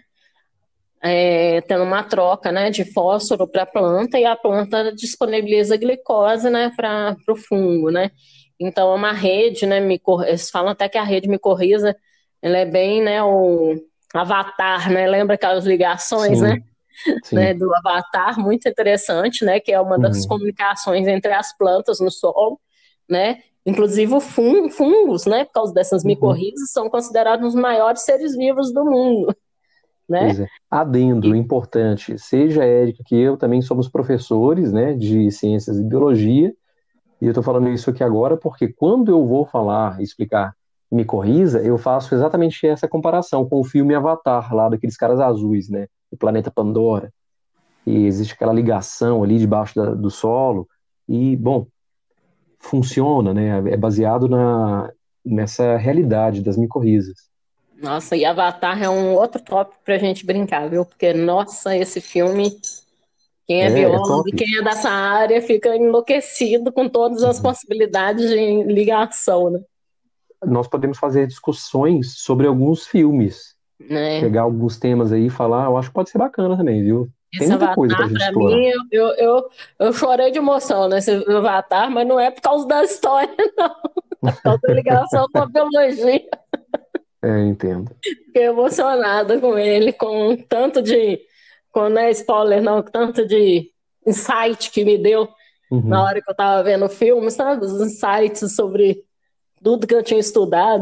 Speaker 2: Tendo uma troca, né, de fósforo para a planta e a planta disponibiliza glicose, né, para o fungo, né? Então é uma rede, né? Eles falam até que a rede micorriza, ela é bem, né, o avatar, né? Lembra aquelas ligações, né?
Speaker 1: Sim,
Speaker 2: Né,
Speaker 1: sim.
Speaker 2: do Avatar, muito interessante, né, que é uma das
Speaker 1: Uhum.
Speaker 2: comunicações entre as plantas no solo, né, inclusive fungos, né, por causa dessas
Speaker 1: Uhum.
Speaker 2: micorrizas, são considerados os maiores seres vivos do mundo, né.
Speaker 1: Pois é. Adendo,
Speaker 2: E,
Speaker 1: importante, seja a Érica que eu também somos professores, né, de ciências e biologia, e eu estou falando isso aqui agora porque quando eu vou falar, explicar micorriza, eu faço exatamente essa comparação com o filme Avatar, lá daqueles caras azuis, né, do planeta Pandora, e existe aquela ligação ali debaixo do solo, e, bom, funciona, né, é baseado nessa realidade das micorrizas.
Speaker 2: nossa, e Avatar é um outro tópico para a gente brincar, viu, porque, nossa, esse filme, quem é
Speaker 1: É
Speaker 2: biólogo e
Speaker 1: top.
Speaker 2: quem é dessa área fica enlouquecido com todas as
Speaker 1: Uhum.
Speaker 2: possibilidades de ligação, né.
Speaker 1: Nós podemos fazer discussões sobre alguns filmes,
Speaker 2: Né?
Speaker 1: pegar alguns temas aí e falar, eu acho que pode ser bacana também, viu? Tem
Speaker 2: Esse
Speaker 1: muita coisa pra
Speaker 2: Avatar,
Speaker 1: gente
Speaker 2: pra mim,
Speaker 1: explorar.
Speaker 2: eu chorei de emoção nesse Avatar, mas não é por causa da história, não. É por causa da ligação com a biologia.
Speaker 1: É, entendo.
Speaker 2: Fiquei emocionada com ele, com tanto de. Com, não é spoiler, não, com tanto de insight que me deu na
Speaker 1: Uhum.
Speaker 2: hora que eu tava vendo o filme, sabe? Os insights sobre tudo que eu tinha estudado.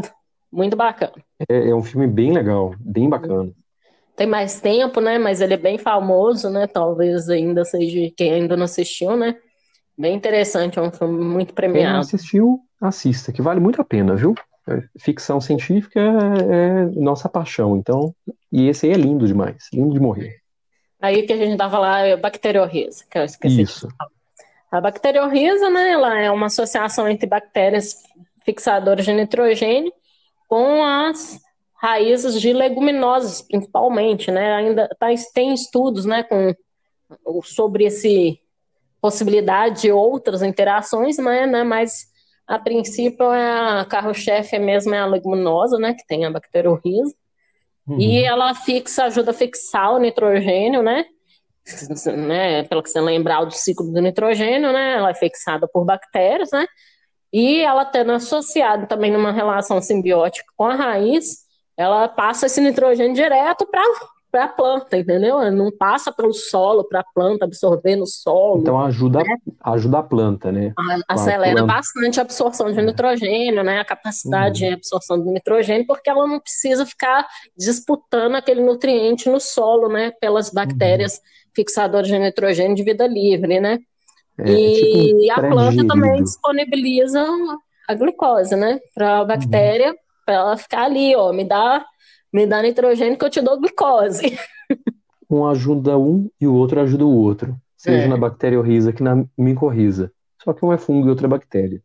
Speaker 2: Muito bacana.
Speaker 1: É um filme bem legal, bem bacana.
Speaker 2: Tem mais tempo, né? Mas ele é bem famoso, né? Talvez ainda seja quem ainda não assistiu, né? Bem interessante, é um filme muito
Speaker 1: Quem não
Speaker 2: premiado.
Speaker 1: assistiu, assista, que vale muito a pena, viu? Ficção científica é nossa paixão, então. E esse aí é lindo demais, lindo de morrer.
Speaker 2: Aí que a gente tava lá, é bacteriorreza, que eu esqueci de
Speaker 1: Isso.
Speaker 2: falar. A bacteriorreza, né? Ela é uma associação entre bactérias fixadoras de nitrogênio com as raízes de leguminosas, principalmente, né? Ainda tem estudos, né, sobre esse possibilidade de outras interações, né? Mas a princípio a carro-chefe mesmo é a leguminosa, né? Que tem a bacteriorrhiza. E
Speaker 1: Uhum.
Speaker 2: ela ajuda a fixar o nitrogênio, né? Pelo que você lembrar do ciclo do nitrogênio, né? Ela é fixada por bactérias, né? E ela tendo associado também numa relação simbiótica com a raiz, ela passa esse nitrogênio direto para a planta, entendeu? Ela não passa pelo solo para a planta absorver no solo,
Speaker 1: Então
Speaker 2: né?
Speaker 1: ajuda a planta, né? A
Speaker 2: Acelera
Speaker 1: planta.
Speaker 2: bastante a absorção de
Speaker 1: É.
Speaker 2: nitrogênio, né? A capacidade de
Speaker 1: Uhum.
Speaker 2: absorção do nitrogênio, porque ela não precisa ficar disputando aquele nutriente no solo, né? Pelas
Speaker 1: Uhum.
Speaker 2: bactérias fixadoras de nitrogênio de vida livre, né?
Speaker 1: É tipo um
Speaker 2: E a planta também
Speaker 1: pré-digerido.
Speaker 2: disponibiliza a glicose, né? Para a
Speaker 1: Uhum.
Speaker 2: bactéria, para ela ficar ali, ó, me dá nitrogênio que eu te dou glicose.
Speaker 1: Um ajuda um e o outro ajuda o outro. Seja na
Speaker 2: É.
Speaker 1: bacteriorrhiza que na micorrhiza. Só que um é fungo e outro é bactéria.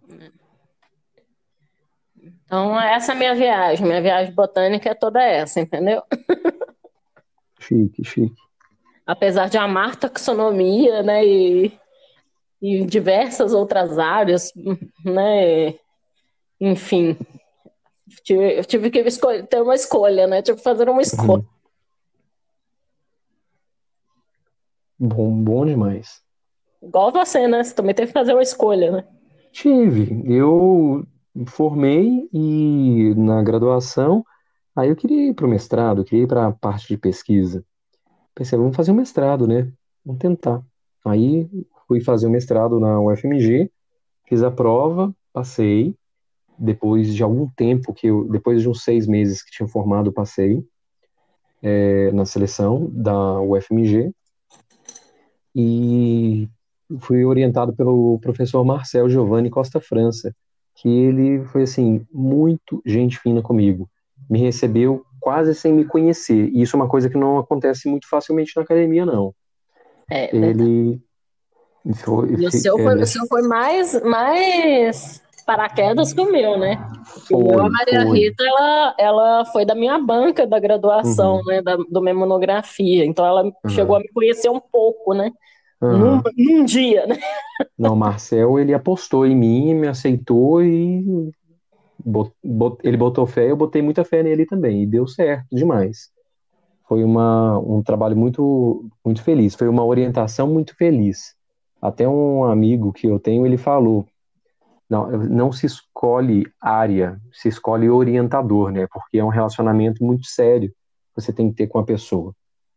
Speaker 2: Então, essa é a minha viagem. Minha viagem botânica é toda essa, entendeu?
Speaker 1: Chique, chique.
Speaker 2: Apesar de amar taxonomia, né? E diversas outras áreas, né? Enfim, eu tive que ter uma escolha, né? Tive que fazer uma escolha.
Speaker 1: Uhum. Bom, bom demais.
Speaker 2: Igual você, né? Você também teve que fazer uma escolha, né?
Speaker 1: Tive. Eu formei e na graduação, aí eu queria ir para o mestrado, eu queria ir para a parte de pesquisa. Pensei, vamos fazer um mestrado, né? Vamos tentar. Aí fui fazer o mestrado na UFMG, fiz a prova, passei. Depois de algum tempo depois de uns 6 meses que tinha formado, passei na seleção da UFMG e fui orientado pelo professor Marcel Giovanni Costa França, que ele foi assim muito gente fina comigo, me recebeu quase sem me conhecer. E isso é uma coisa que não acontece muito facilmente na academia, não.
Speaker 2: É verdade.
Speaker 1: Ele foi,
Speaker 2: E o
Speaker 1: é,
Speaker 2: seu foi mais paraquedas que o meu, né? Porque o meu, a Maria
Speaker 1: foi.
Speaker 2: Rita, ela foi da minha banca da graduação,
Speaker 1: Uhum,
Speaker 2: né? Do minha monografia. Então ela chegou a
Speaker 1: uhum,
Speaker 2: me conhecer um pouco, né?
Speaker 1: uhum.
Speaker 2: Num dia, né?
Speaker 1: Não, o Marcel, ele apostou em mim, me aceitou e ele botou fé, eu botei muita fé nele também, e deu certo demais. Foi um trabalho muito, muito feliz, foi uma orientação muito feliz. Até um amigo que eu tenho, ele falou, não se escolhe área, se escolhe orientador, né? Porque é um relacionamento muito sério que você tem que ter com a pessoa.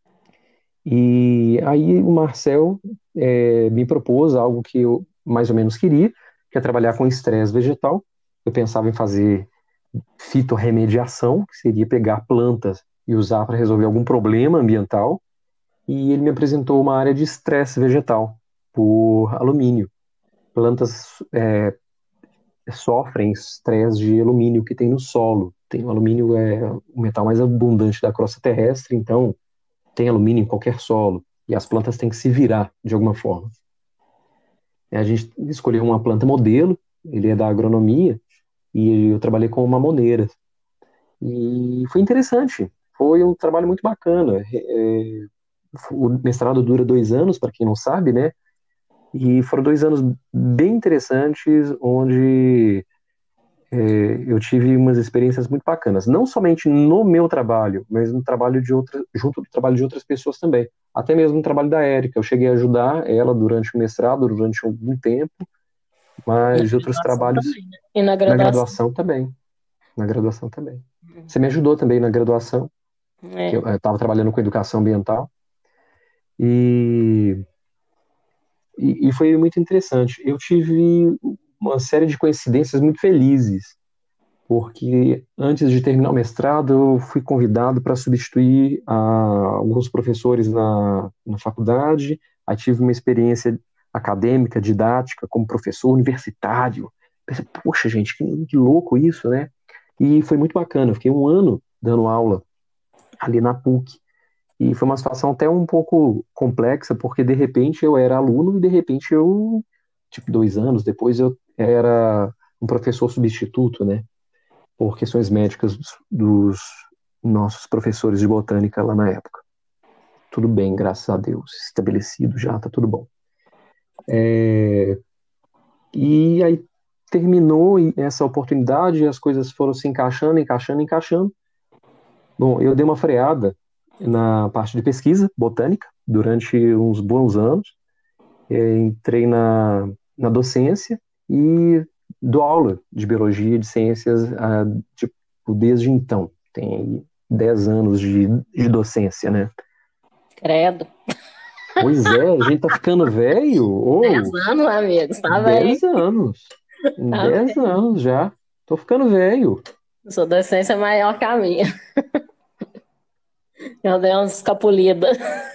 Speaker 1: E aí o Marcel me propôs algo que eu mais ou menos queria, que é trabalhar com estresse vegetal. Eu pensava em fazer fitorremediação, que seria pegar plantas e usar para resolver algum problema ambiental, e ele me apresentou uma área de estresse vegetal por alumínio. Plantas sofrem estresse de alumínio que tem no solo. O alumínio é o metal mais abundante da crosta terrestre, então tem alumínio em qualquer solo e as plantas têm que se virar de alguma forma. A gente escolheu uma planta modelo, ele é da agronomia, e eu trabalhei com mamoneiras. E foi interessante, foi um trabalho muito bacana. O mestrado dura 2 anos, para quem não sabe, né? E foram 2 anos bem interessantes, onde eu tive umas experiências muito bacanas, não somente no meu trabalho, mas no trabalho junto do trabalho de outras pessoas também. Até mesmo no trabalho da Érica, eu cheguei a ajudar ela durante o mestrado, durante algum tempo,
Speaker 2: Na
Speaker 1: mas de outros
Speaker 2: graduação
Speaker 1: trabalhos
Speaker 2: também, né? E na
Speaker 1: na
Speaker 2: graduação.
Speaker 1: graduação também. Na graduação também. Você me ajudou também na graduação, que
Speaker 2: É.
Speaker 1: eu estava trabalhando com educação ambiental, e, e foi muito interessante. Eu tive uma série de coincidências muito felizes. porque antes de terminar o mestrado eu fui convidado para substituir alguns professores na faculdade, aí tive uma experiência acadêmica, didática, como professor universitário. Pensei, poxa, gente, que louco isso, né? E foi muito bacana, eu fiquei um ano dando aula ali na PUC, e foi uma situação até um pouco complexa, porque de repente eu era aluno e de repente eu, tipo, 2 anos depois eu era um professor substituto, né? Por questões médicas dos nossos professores de botânica lá na época. Tudo bem, graças a Deus, estabelecido já, tá tudo bom. E aí terminou essa oportunidade, as coisas foram se encaixando, encaixando, encaixando. Bom, eu dei uma freada na parte de pesquisa botânica durante uns bons anos. Entrei na docência e dou aula de biologia, de ciências, tipo, desde então. Tem 10 anos de docência, né?
Speaker 2: Credo.
Speaker 1: Pois é, a gente tá ficando velho.
Speaker 2: 10
Speaker 1: Ou
Speaker 2: anos, amigos, tá bem.
Speaker 1: 10 anos.
Speaker 2: Tá
Speaker 1: 10
Speaker 2: bem.
Speaker 1: anos já. Tô ficando velho.
Speaker 2: Sua adolescência é maior que a minha. Eu dei umas escapulidas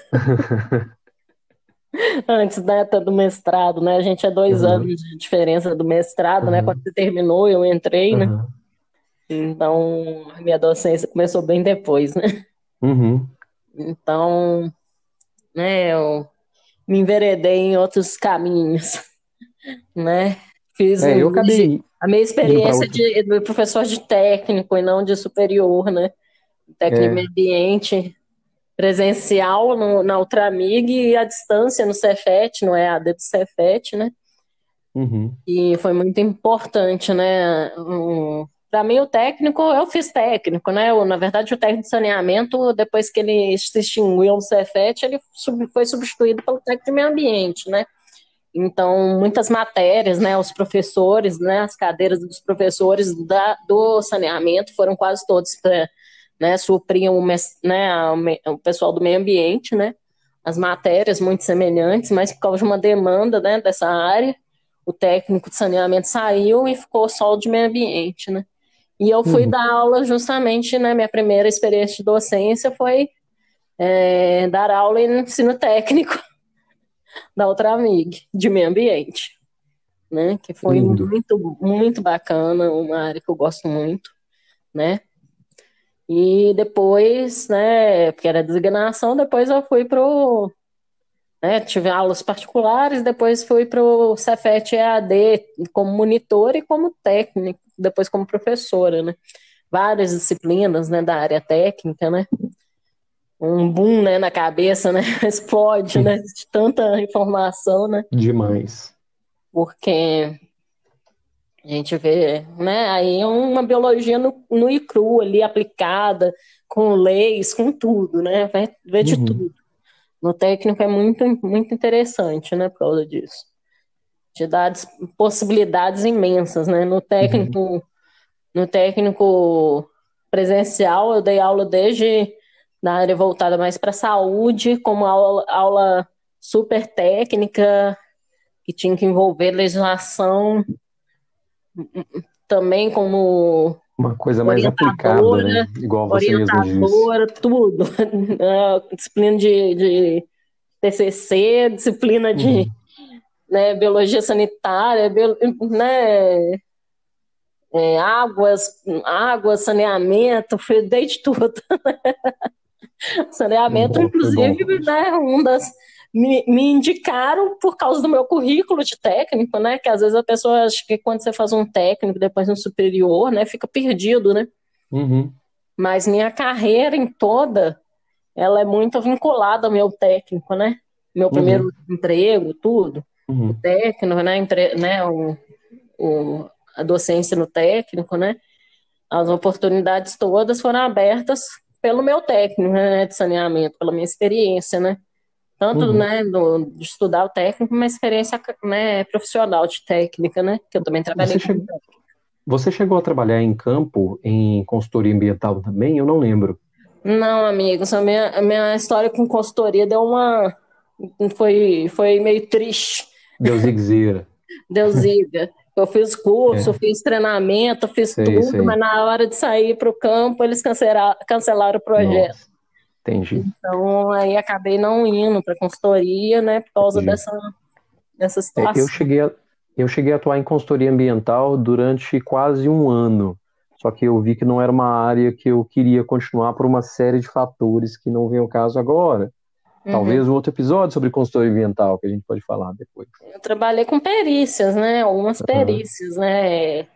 Speaker 2: antes, né, do mestrado, né? A gente é 2 anos
Speaker 1: Aham,
Speaker 2: de diferença do mestrado, né? Quando
Speaker 1: aham,
Speaker 2: você terminou, eu entrei, né?
Speaker 1: aham.
Speaker 2: Então, a minha adolescência começou bem depois, né?
Speaker 1: Uhum.
Speaker 2: Então, né, eu me enveredei em outros caminhos, né? Fiz
Speaker 1: Eu acabei
Speaker 2: a minha
Speaker 1: indo para
Speaker 2: experiência
Speaker 1: outra.
Speaker 2: de professor de técnico e não de superior, né? Técnico em
Speaker 1: É,
Speaker 2: meio ambiente presencial na Ultramig e à distância no Cefet, no EAD do Cefet, né?
Speaker 1: uhum,
Speaker 2: E foi muito importante, né? Para mim, o técnico, eu fiz técnico, né? Na verdade, o técnico de saneamento, depois que ele se extinguiu no Cefet, ele foi substituído pelo técnico de meio ambiente, né? Então, muitas matérias, né? Os professores, né? As cadeiras dos professores do saneamento foram quase todos para, né? Supriam o pessoal do meio ambiente, né? As matérias muito semelhantes, mas por causa de uma demanda, né? Dessa área, o técnico de saneamento saiu e ficou só o de meio ambiente, né? E eu fui
Speaker 1: uhum,
Speaker 2: dar aula justamente, né? Minha primeira experiência de docência foi dar aula em ensino técnico da outra amiga de meio ambiente, né? Que foi
Speaker 1: lindo.
Speaker 2: muito, muito bacana, uma área que eu gosto muito, né? E depois, né, porque era designação, depois eu fui pro, né, tive aulas particulares, depois fui pro Cefet EAD como monitora e como técnico, depois como professora, né? Várias disciplinas, né, da área técnica, né? Um boom, né, na cabeça, né? Explode, né? De tanta informação, né?
Speaker 1: Demais.
Speaker 2: Porque a gente vê, né? Aí é uma biologia no e cru ali aplicada, com leis, com tudo, né? Vai ver de
Speaker 1: Uhum,
Speaker 2: tudo. No técnico é muito, muito interessante, né? Por causa disso. Te dá possibilidades imensas, né?
Speaker 1: uhum,
Speaker 2: No técnico presencial, eu dei aula desde na área voltada mais para saúde, como aula super técnica, que tinha que envolver legislação, também como
Speaker 1: uma coisa mais aplicada, né?
Speaker 2: orientadora,
Speaker 1: Igual você mesmo disse.
Speaker 2: orientadora, tudo. Disciplina de TCC, disciplina de,
Speaker 1: Uhum.
Speaker 2: né, biologia sanitária, né, águas, saneamento, dei de tudo. Saneamento,
Speaker 1: Foi bom.
Speaker 2: inclusive, né, me indicaram por causa do meu currículo de técnico, né, que às vezes a pessoa acha que quando você faz um técnico, depois um superior, né, fica perdido, né,
Speaker 1: Uhum,
Speaker 2: mas minha carreira em toda, ela é muito vinculada ao meu técnico, né, meu primeiro
Speaker 1: uhum,
Speaker 2: emprego, tudo, o
Speaker 1: uhum,
Speaker 2: técnico, né, a docência no técnico, né, as oportunidades todas foram abertas pelo meu técnico, né, de saneamento, pela minha experiência, né? Tanto,
Speaker 1: uhum.
Speaker 2: né, de estudar o técnico, mas experiência, né, profissional de técnica, né? Que eu também trabalhei
Speaker 1: Você
Speaker 2: com.
Speaker 1: chegou, você chegou a trabalhar em campo, em consultoria ambiental também? Eu não lembro.
Speaker 2: Não, amigos, a minha história com consultoria deu foi meio triste.
Speaker 1: Deus Zigueira.
Speaker 2: Deus diga. Eu fiz curso,
Speaker 1: É,
Speaker 2: fiz treinamento, fiz
Speaker 1: sei,
Speaker 2: tudo, mas
Speaker 1: sei.
Speaker 2: na hora de sair para o campo, eles cancelaram o projeto.
Speaker 1: Nossa, entendi.
Speaker 2: Então, aí acabei não indo para consultoria, né, por causa
Speaker 1: Entendi.
Speaker 2: dessa
Speaker 1: É,
Speaker 2: situação.
Speaker 1: eu cheguei a atuar em consultoria ambiental durante quase um ano, só que eu vi que não era uma área que eu queria continuar por uma série de fatores que não vem ao caso agora.
Speaker 2: Uhum.
Speaker 1: Talvez um outro episódio sobre consultoria ambiental que a gente pode falar depois.
Speaker 2: Eu trabalhei com perícias, né, algumas
Speaker 1: Aham,
Speaker 2: perícias, né,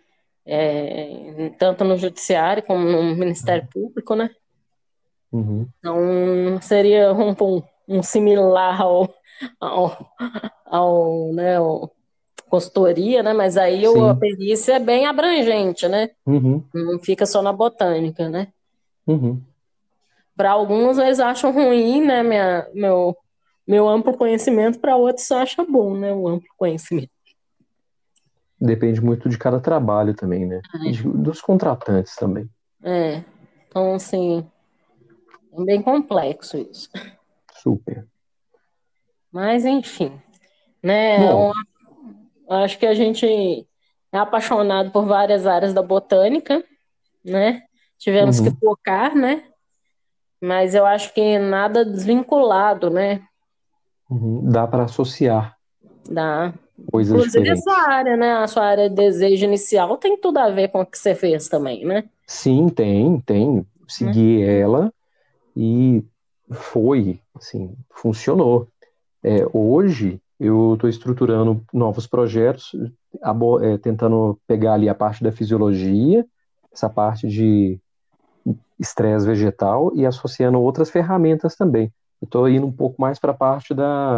Speaker 2: tanto no judiciário como no Ministério Público, né.
Speaker 1: uhum.
Speaker 2: Então, seria um similar ao, né, consultoria, né? Mas aí a
Speaker 1: Sim,
Speaker 2: perícia é bem abrangente, né?
Speaker 1: uhum,
Speaker 2: Não fica só na botânica, né?
Speaker 1: uhum.
Speaker 2: Para alguns eles acham ruim, né? Meu amplo conhecimento, para outros só acha bom, né? O amplo conhecimento.
Speaker 1: Depende muito de cada trabalho também, né? E dos contratantes também.
Speaker 2: Então, assim, é bem complexo isso.
Speaker 1: Super.
Speaker 2: Mas, enfim, né?
Speaker 1: Bom,
Speaker 2: Acho que a gente é apaixonado por várias áreas da botânica, né? Tivemos que
Speaker 1: uhum,
Speaker 2: focar, né? Mas eu acho que nada desvinculado, né?
Speaker 1: dá para associar
Speaker 2: Da...
Speaker 1: coisas
Speaker 2: Inclusive essa
Speaker 1: diferentes.
Speaker 2: área, né? A sua área de desejo inicial tem tudo a ver com o que você fez também, né?
Speaker 1: Sim, tem.
Speaker 2: Né?
Speaker 1: Segui ela e foi, assim, funcionou. É, hoje eu estou estruturando novos projetos, tentando pegar ali a parte da fisiologia, essa parte de estresse vegetal e associando outras ferramentas também. Eu estou indo um pouco mais para a parte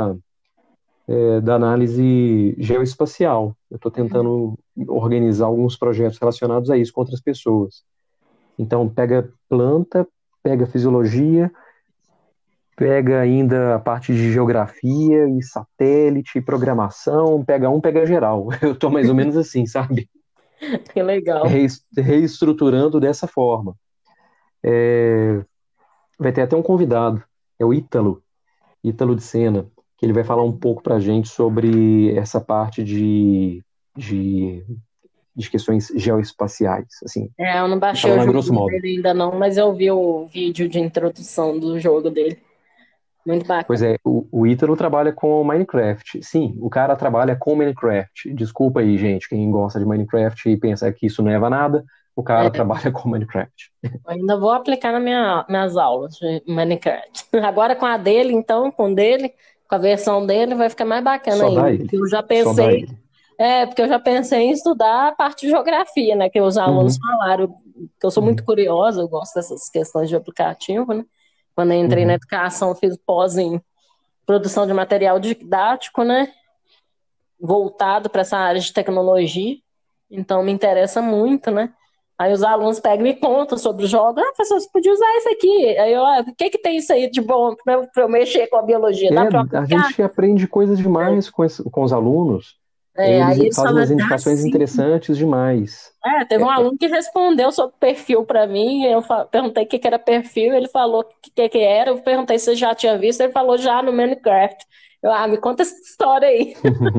Speaker 1: da análise geoespacial. Eu estou tentando organizar alguns projetos relacionados a isso com outras pessoas. Então, pega planta, pega fisiologia, pega ainda a parte de geografia e satélite, programação, pega um, pega geral. Eu estou mais ou menos assim, sabe?
Speaker 2: Que legal.
Speaker 1: Reestruturando dessa forma. Vai ter até um convidado, é o Ítalo de Sena, que ele vai falar um pouco para a gente sobre essa parte de, de questões geoespaciais, assim,
Speaker 2: Eu não baixei o
Speaker 1: falando a
Speaker 2: jogo
Speaker 1: grosso modo.
Speaker 2: dele ainda não, mas eu vi o vídeo de introdução do jogo dele. Muito
Speaker 1: Pois
Speaker 2: bacana.
Speaker 1: é, o Ítalo trabalha com Minecraft. Sim, o cara trabalha com Minecraft. Desculpa aí, gente, quem gosta de Minecraft e pensa que isso não leva a nada, o cara
Speaker 2: É,
Speaker 1: trabalha com Minecraft.
Speaker 2: ainda vou aplicar nas minhas aulas de Minecraft. Agora com a dele, então, com o dele, com a versão dele, vai ficar mais bacana
Speaker 1: Só dá
Speaker 2: ainda.
Speaker 1: ele.
Speaker 2: Porque eu já
Speaker 1: Só dá
Speaker 2: pensei,
Speaker 1: ele.
Speaker 2: porque eu já pensei em estudar a parte de geografia, né? Que os alunos
Speaker 1: Uhum,
Speaker 2: falaram, que eu sou muito
Speaker 1: uhum,
Speaker 2: curiosa, eu gosto dessas questões de aplicativo, né? Quando eu entrei na
Speaker 1: uhum.
Speaker 2: educação, fiz pós em produção de material didático, né? Voltado para essa área de tecnologia. Então me interessa muito, né? Aí os alunos pegam e me contam sobre o jogo. Ah, professor, você podia usar isso aqui. Aí eu, o que que tem isso aí de bom para eu mexer com a biologia? Dá para eu
Speaker 1: A
Speaker 2: aplicar?
Speaker 1: gente aprende coisas demais com os alunos. Eles
Speaker 2: Aí eles
Speaker 1: fazem
Speaker 2: falam,
Speaker 1: umas
Speaker 2: dá
Speaker 1: indicações
Speaker 2: sim.
Speaker 1: interessantes demais.
Speaker 2: Teve um aluno que respondeu sobre perfil para mim. Eu perguntei o que que era perfil, ele falou o que era. Eu perguntei se você já tinha visto, ele falou já no Minecraft. Me conta essa história aí.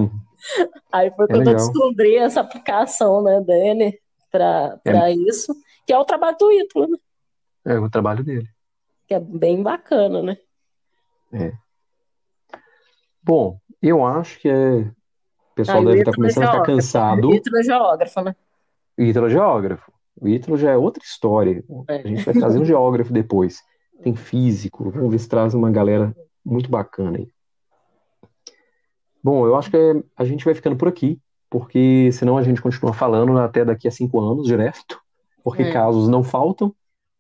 Speaker 2: Aí foi
Speaker 1: É
Speaker 2: quando eu
Speaker 1: legal.
Speaker 2: descobri essa aplicação, né, dele
Speaker 1: É,
Speaker 2: para isso, que é o trabalho do Ítalo, né?
Speaker 1: é o trabalho dele.
Speaker 2: Que é bem bacana, né?
Speaker 1: É. Bom, eu acho que o pessoal
Speaker 2: Aí o
Speaker 1: deve estar
Speaker 2: Ítalo é
Speaker 1: começando a ficar
Speaker 2: geógrafo. O
Speaker 1: cansado.
Speaker 2: Ítalo é geógrafo, né?
Speaker 1: O Ítalo é geógrafo. O Ítalo já é outra história. A
Speaker 2: É.
Speaker 1: gente vai trazer um geógrafo depois. Tem físico. Vamos ver se traz uma galera muito bacana aí. Bom, eu acho que a gente vai ficando por aqui, porque senão a gente continua falando até daqui a 5 anos direto, porque
Speaker 2: É.
Speaker 1: casos não faltam.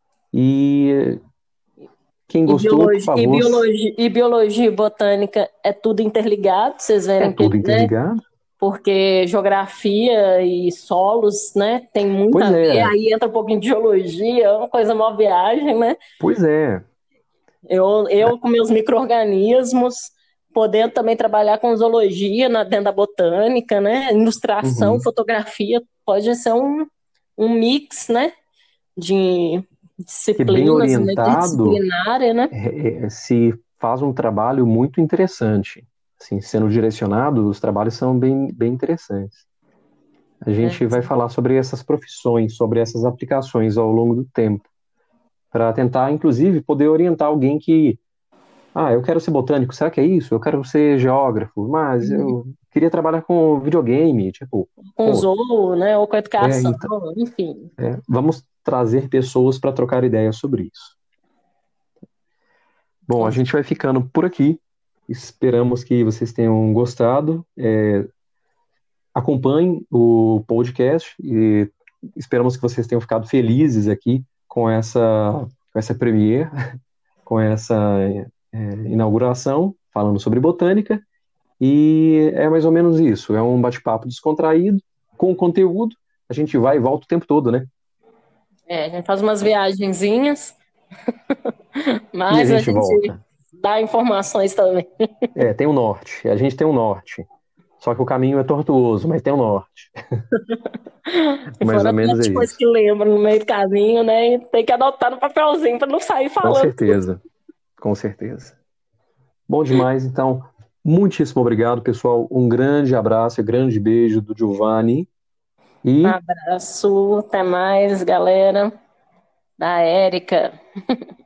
Speaker 1: E quem
Speaker 2: E
Speaker 1: gostou, por
Speaker 2: biologia, e
Speaker 1: favor,
Speaker 2: biologia, e biologia e botânica é tudo interligado, vocês
Speaker 1: é
Speaker 2: verem que,
Speaker 1: tudo
Speaker 2: né?
Speaker 1: interligado.
Speaker 2: Porque geografia e solos, né, tem muito
Speaker 1: Pois
Speaker 2: a ver.
Speaker 1: é,
Speaker 2: Aí entra um pouquinho de geologia, é uma coisa mó viagem, né?
Speaker 1: pois é.
Speaker 2: Eu com meus micro-organismos, podendo também trabalhar com zoologia dentro da botânica, né? Ilustração,
Speaker 1: Uhum.
Speaker 2: fotografia, pode ser um mix, né? De
Speaker 1: Que bem
Speaker 2: disciplinas, uma
Speaker 1: orientado,
Speaker 2: interdisciplinária, né?
Speaker 1: se faz um trabalho muito interessante. Assim, sendo direcionado, os trabalhos são bem interessantes. A gente vai falar sobre essas profissões, sobre essas aplicações ao longo do tempo, para tentar, inclusive, poder orientar alguém que, eu quero ser botânico, será que é isso? Eu quero ser geógrafo, mas eu queria trabalhar com videogame, tipo,
Speaker 2: Com
Speaker 1: pô,
Speaker 2: zoo, né, ou com educação,
Speaker 1: então,
Speaker 2: enfim.
Speaker 1: vamos trazer pessoas para trocar ideias sobre isso. Bom, a gente vai ficando por aqui. Esperamos que vocês tenham gostado. Acompanhem o podcast e esperamos que vocês tenham ficado felizes aqui com essa premiere, com essa inauguração, falando sobre botânica. E é mais ou menos isso. É um bate-papo descontraído, com conteúdo. A gente vai e volta o tempo todo, né?
Speaker 2: A gente faz umas viagenzinhas,
Speaker 1: E a
Speaker 2: mas a
Speaker 1: gente
Speaker 2: gente
Speaker 1: volta.
Speaker 2: dá informações também.
Speaker 1: Tem um norte. A gente tem um norte. Só que o caminho é tortuoso, mas tem um norte.
Speaker 2: E
Speaker 1: Mais
Speaker 2: fora
Speaker 1: ou menos é
Speaker 2: tantas coisas
Speaker 1: isso.
Speaker 2: que lembram no meio do caminho, né? E tem que anotar no papelzinho para não sair
Speaker 1: Com
Speaker 2: falando tudo.
Speaker 1: certeza. Com certeza. Bom demais, então. Muitíssimo obrigado, pessoal. Um grande abraço e grande beijo do Giovanni.
Speaker 2: Um
Speaker 1: E
Speaker 2: abraço, até mais, galera. Da Érica.